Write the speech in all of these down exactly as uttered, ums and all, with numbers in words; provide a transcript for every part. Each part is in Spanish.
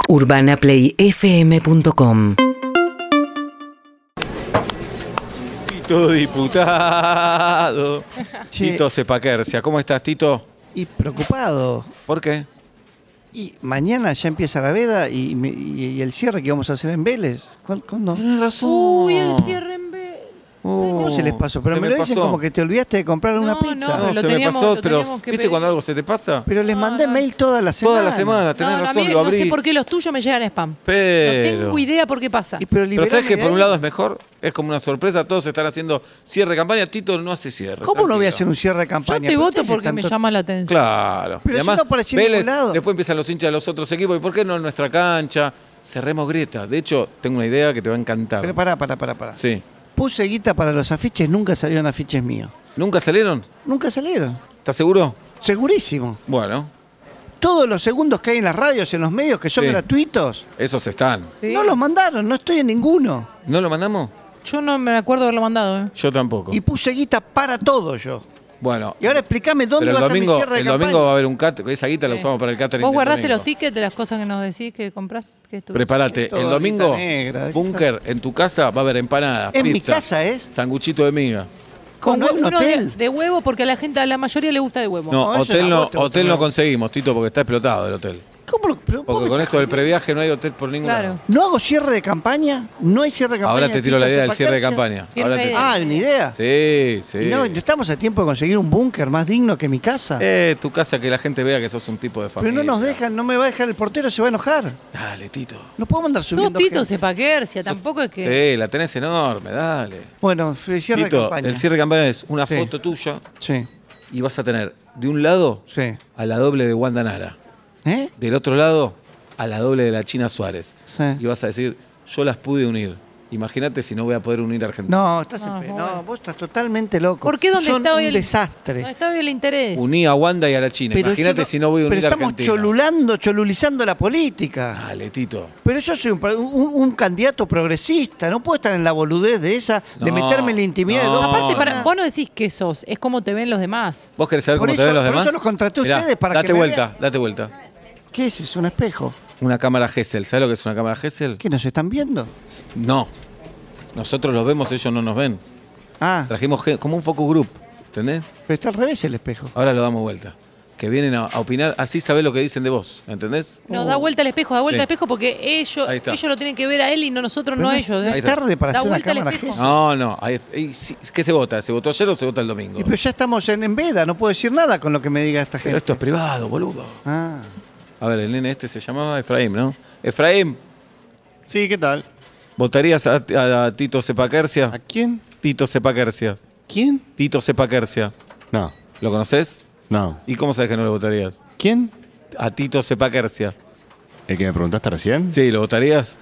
urbana play f m punto com. Tito diputado. Che. Tito Sepaquercia. ¿Cómo estás, Tito? Y preocupado. ¿Por qué? Y mañana ya empieza la veda y, me- y- y el cierre que vamos a hacer en Vélez. ¿Cuándo? ¿Cuándo? Tienes razón. Uy, el cierre en vez. ¿Cómo se les pasó? Pero se me me lo dicen pasó. como que te olvidaste de comprar una No, pizza. no, No, lo se me teníamos- pasó, lo pero teníamos que ¿viste pedir. cuando algo se te pasa? Pero les No, mandé no. mail toda la semana. Toda la semana, tenés No, no, a razón, mí lo no abrí. sé por qué los tuyos me llegan a spam. Pero... No tengo idea por qué pasa. Y pero Pero ¿sabes liberame que de por un ahí. lado es mejor? Es como una sorpresa, todos están haciendo cierre de campaña, Tito no hace cierre. ¿Cómo no voy a tranquilo. hacer un cierre de Yo campaña? te Pero voto ustedes porque están me to- llama la atención. Claro. Pero y eso además, no apareció en ningún Vélez, lado. después empiezan los hinchas de los otros equipos. ¿Y por qué no en nuestra cancha? Cerremos grieta. De hecho, tengo una idea que te va a encantar. Pero pará, pará, pará, pará. Sí. Puse guita para los afiches, nunca salieron afiches míos. ¿Nunca salieron? Nunca salieron. ¿Estás seguro? Segurísimo. Bueno, Todos los segundos que hay en las radios, en los medios, que son Sí. gratuitos, esos están. Sí. no los mandaron, no estoy en ninguno. ¿No lo mandamos? Yo no me acuerdo haberlo mandado. ¿eh? Yo tampoco. Y puse guita para todo yo. Bueno. Y ahora explícame dónde pero el vas a mi domingo, cierre de el campaña. domingo va a haber un cat, esa guita la Sí. usamos para el catering. ¿Vos del guardaste domingo. los tickets de las cosas que nos decís que compraste? Que estuviste? Prepárate, Todo el domingo, guita negra, búnker, en tu casa va a haber empanadas, En mi pizza, casa es. sanguchito de miga. Con Con un uno hotel. de, de huevo porque a la gente, a la mayoría le gusta de huevo. No, No, eso hotel es no, agosto, hotel otro no lado. conseguimos, Tito, porque está explotado el hotel. ¿Cómo lo- pero vos Porque me con estás esto del jodiendo? previaje no hay hotel por ningún Claro. lado. ¿No hago cierre de campaña? ¿No hay cierre de campaña? Ahora te tiro la Tito idea del cierre de Sepaquercia? campaña. Tiene Ahora te- una idea. Ah, una idea. Sí, sí. Y no, estamos a tiempo de conseguir un búnker más digno que mi casa. Eh, tu casa, que la gente vea que sos un tipo de Pero familia. no nos dejan, no me va a dejar el portero, se va a enojar. Dale, Tito. No podemos andar Sos subiendo Tito gente. Sepaquercia, tampoco es que... Sí, la tenés enorme, dale. Bueno, f- cierre de Tito, campaña. el cierre de campaña es una Sí. foto tuya Sí, y vas a tener de un lado sí. a la doble de Wanda Nara. ¿Eh? Del otro lado, a la doble de la China Suárez. Sí. Y vas a decir, yo las pude unir. Imagínate si no voy a poder unir a Argentina. No, estás No, en pe- muy no, bueno. vos estás totalmente loco. ¿Por qué dónde Son está hoy un el desastre. ¿Dónde está hoy el interés? Uní a Wanda y a la China. Pero Imagínate yo no- si no voy a unir Pero a estamos Argentina. cholulando, cholulizando la política. Dale, Tito. Pero yo soy un, un- un candidato progresista, no puedo estar en la boludez de esa, de No, meterme en la intimidad de no. dos Aparte, No, para, no. vos no decís que sos, es como te ven los demás. ¿Vos querés saber Por cómo eso- te ven los por demás? eso los contraté a Mirá, ustedes para date que me vuelta, vean. date vuelta. ¿Qué es? ¿Es un espejo? Una cámara Gesell. ¿Sabes lo que es una cámara Gesell? ¿Qué nos están viendo? No. Nosotros los vemos, ellos no nos ven. Ah, Trajimos ge- como un focus group, ¿entendés? pero está al revés el espejo. Ahora lo damos vuelta. Que vienen a, a opinar, así sabés lo que dicen de vos, ¿entendés? No, da vuelta al espejo, da vuelta Sí. al espejo porque ellos, Ahí está. ellos lo tienen que ver a él y no nosotros, Pero no no- ellos. no ¿eh? es tarde para Da hacer una vuelta al cámara espejo. Gesell. No, no. ahí- ahí sí, ¿qué se vota? ¿Se votó ayer o se vota el domingo? Y pero ya estamos en, en veda, no puedo decir nada con lo que me diga esta Pero gente. esto es privado, boludo. Ah. A ver, el nene este se llamaba Efraín, ¿no? Efraín, Sí, ¿qué tal? ¿votarías a, a- a Tito Sepaquercia? ¿A quién? Tito Sepaquercia. ¿Quién? Tito Sepaquercia. No, ¿Lo conoces? no. ¿Y cómo sabes que no lo votarías? ¿Quién? A Tito Sepaquercia. ¿El que me preguntaste recién? Sí, ¿lo votarías?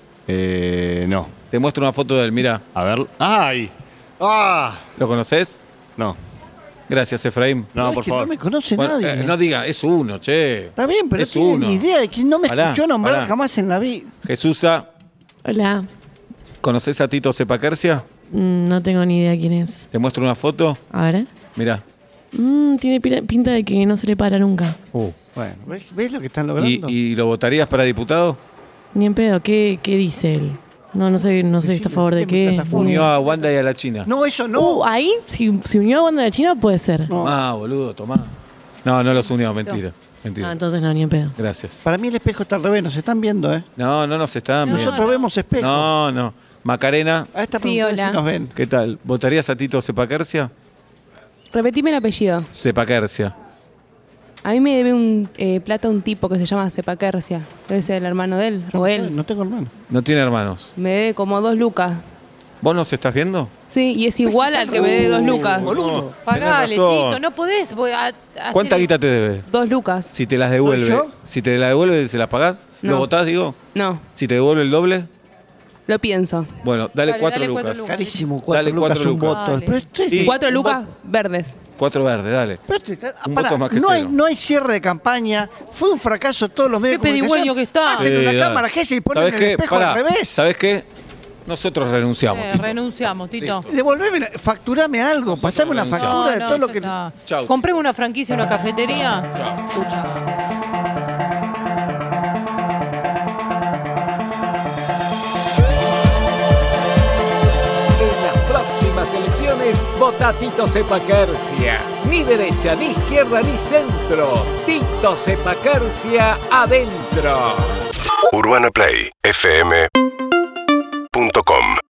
Eh, no. Te muestro una foto de él, mira. A ver. ¡Ay! ¡Ah! ¿Lo conoces? No. Gracias, Efraín. No, es por que favor. no me conoce Bueno, nadie. eh, no diga, es uno, che. Está bien, pero no es tiene uno. ni idea de que no me Pará, escuchó nombrar pará. jamás en la vida. Jesusa, Hola, ¿conoces a Tito Sepaquercia? Mm, no tengo ni idea quién es. Te muestro una foto. A ver. Mirá. Mm, tiene pira- pinta de que no se le para nunca. Uh. Bueno, ¿ves, ves lo que están ¿Y, logrando? y lo votarías para diputado? Ni en pedo, ¿qué, qué dice él? No, no sé, no sé Decile, está a favor de ¿qué qué. plataforma? Unió a Wanda y a la China. No, eso no. Uh, ahí, si, si unió a Wanda de la China, puede ser. No. Ah, boludo, tomá. No, no los unió, mentira. Mentira. Ah, entonces no, ni en pedo. Gracias. Para mí el espejo está al revés, nos están viendo, ¿eh? No, no nos están viendo. Nosotros vemos espejo. No, no. Macarena, A esta Sí, pregunta hola. si nos ven. ¿qué tal? ¿Votarías a Tito Sepaquercia? Repetime el apellido. Sepaquercia. A mí me debe un eh, plata un tipo que se llama Sepaquercia. Debe ser el hermano de él, o él. No tengo hermano. No tiene hermanos. Me debe como dos lucas. ¿Vos nos estás viendo? Sí, y es igual al que me debe dos lucas. Boludo. Pagale, Tenés razón. Tito, no podés. voy a hacer ¿Cuánta eso. guita te debe? Dos lucas. Si te las devuelve. yo? Si te la devuelve, ¿se las pagás? ¿Lo No. votás, digo? No, Si te devuelve el doble, lo pienso. bueno, dale, Dale, cuatro dale lucas. cuatro lucas. Carísimo, cuatro Dale lucas, cuatro un lucas. voto. Dale. Pero este- Sí. Cuatro un lucas verdes. Cuatro verdes, dale. pero este está- Un pará, voto más que no, hay, cero. no hay cierre de campaña. Fue un fracaso todos los medios Qué de comunicación. pedigüeño que está. Hacen Sí, una dale. cámara Gesell y ponen ¿Sabés el qué? espejo Pará, al revés. ¿sabés qué? Nosotros renunciamos. Eh, Tito. renunciamos, Tito. Listo. Devolveme, la- facturame algo, Nosotros pasame una renunciamos. factura de No, todo no, lo que... ya está. Chau. Compremos una franquicia, una cafetería. Chao. Escucha. Vota Tito Sepaquercia. Ni derecha, ni izquierda, ni centro. Tito Sepaquercia adentro. UrbanaPlay F M punto com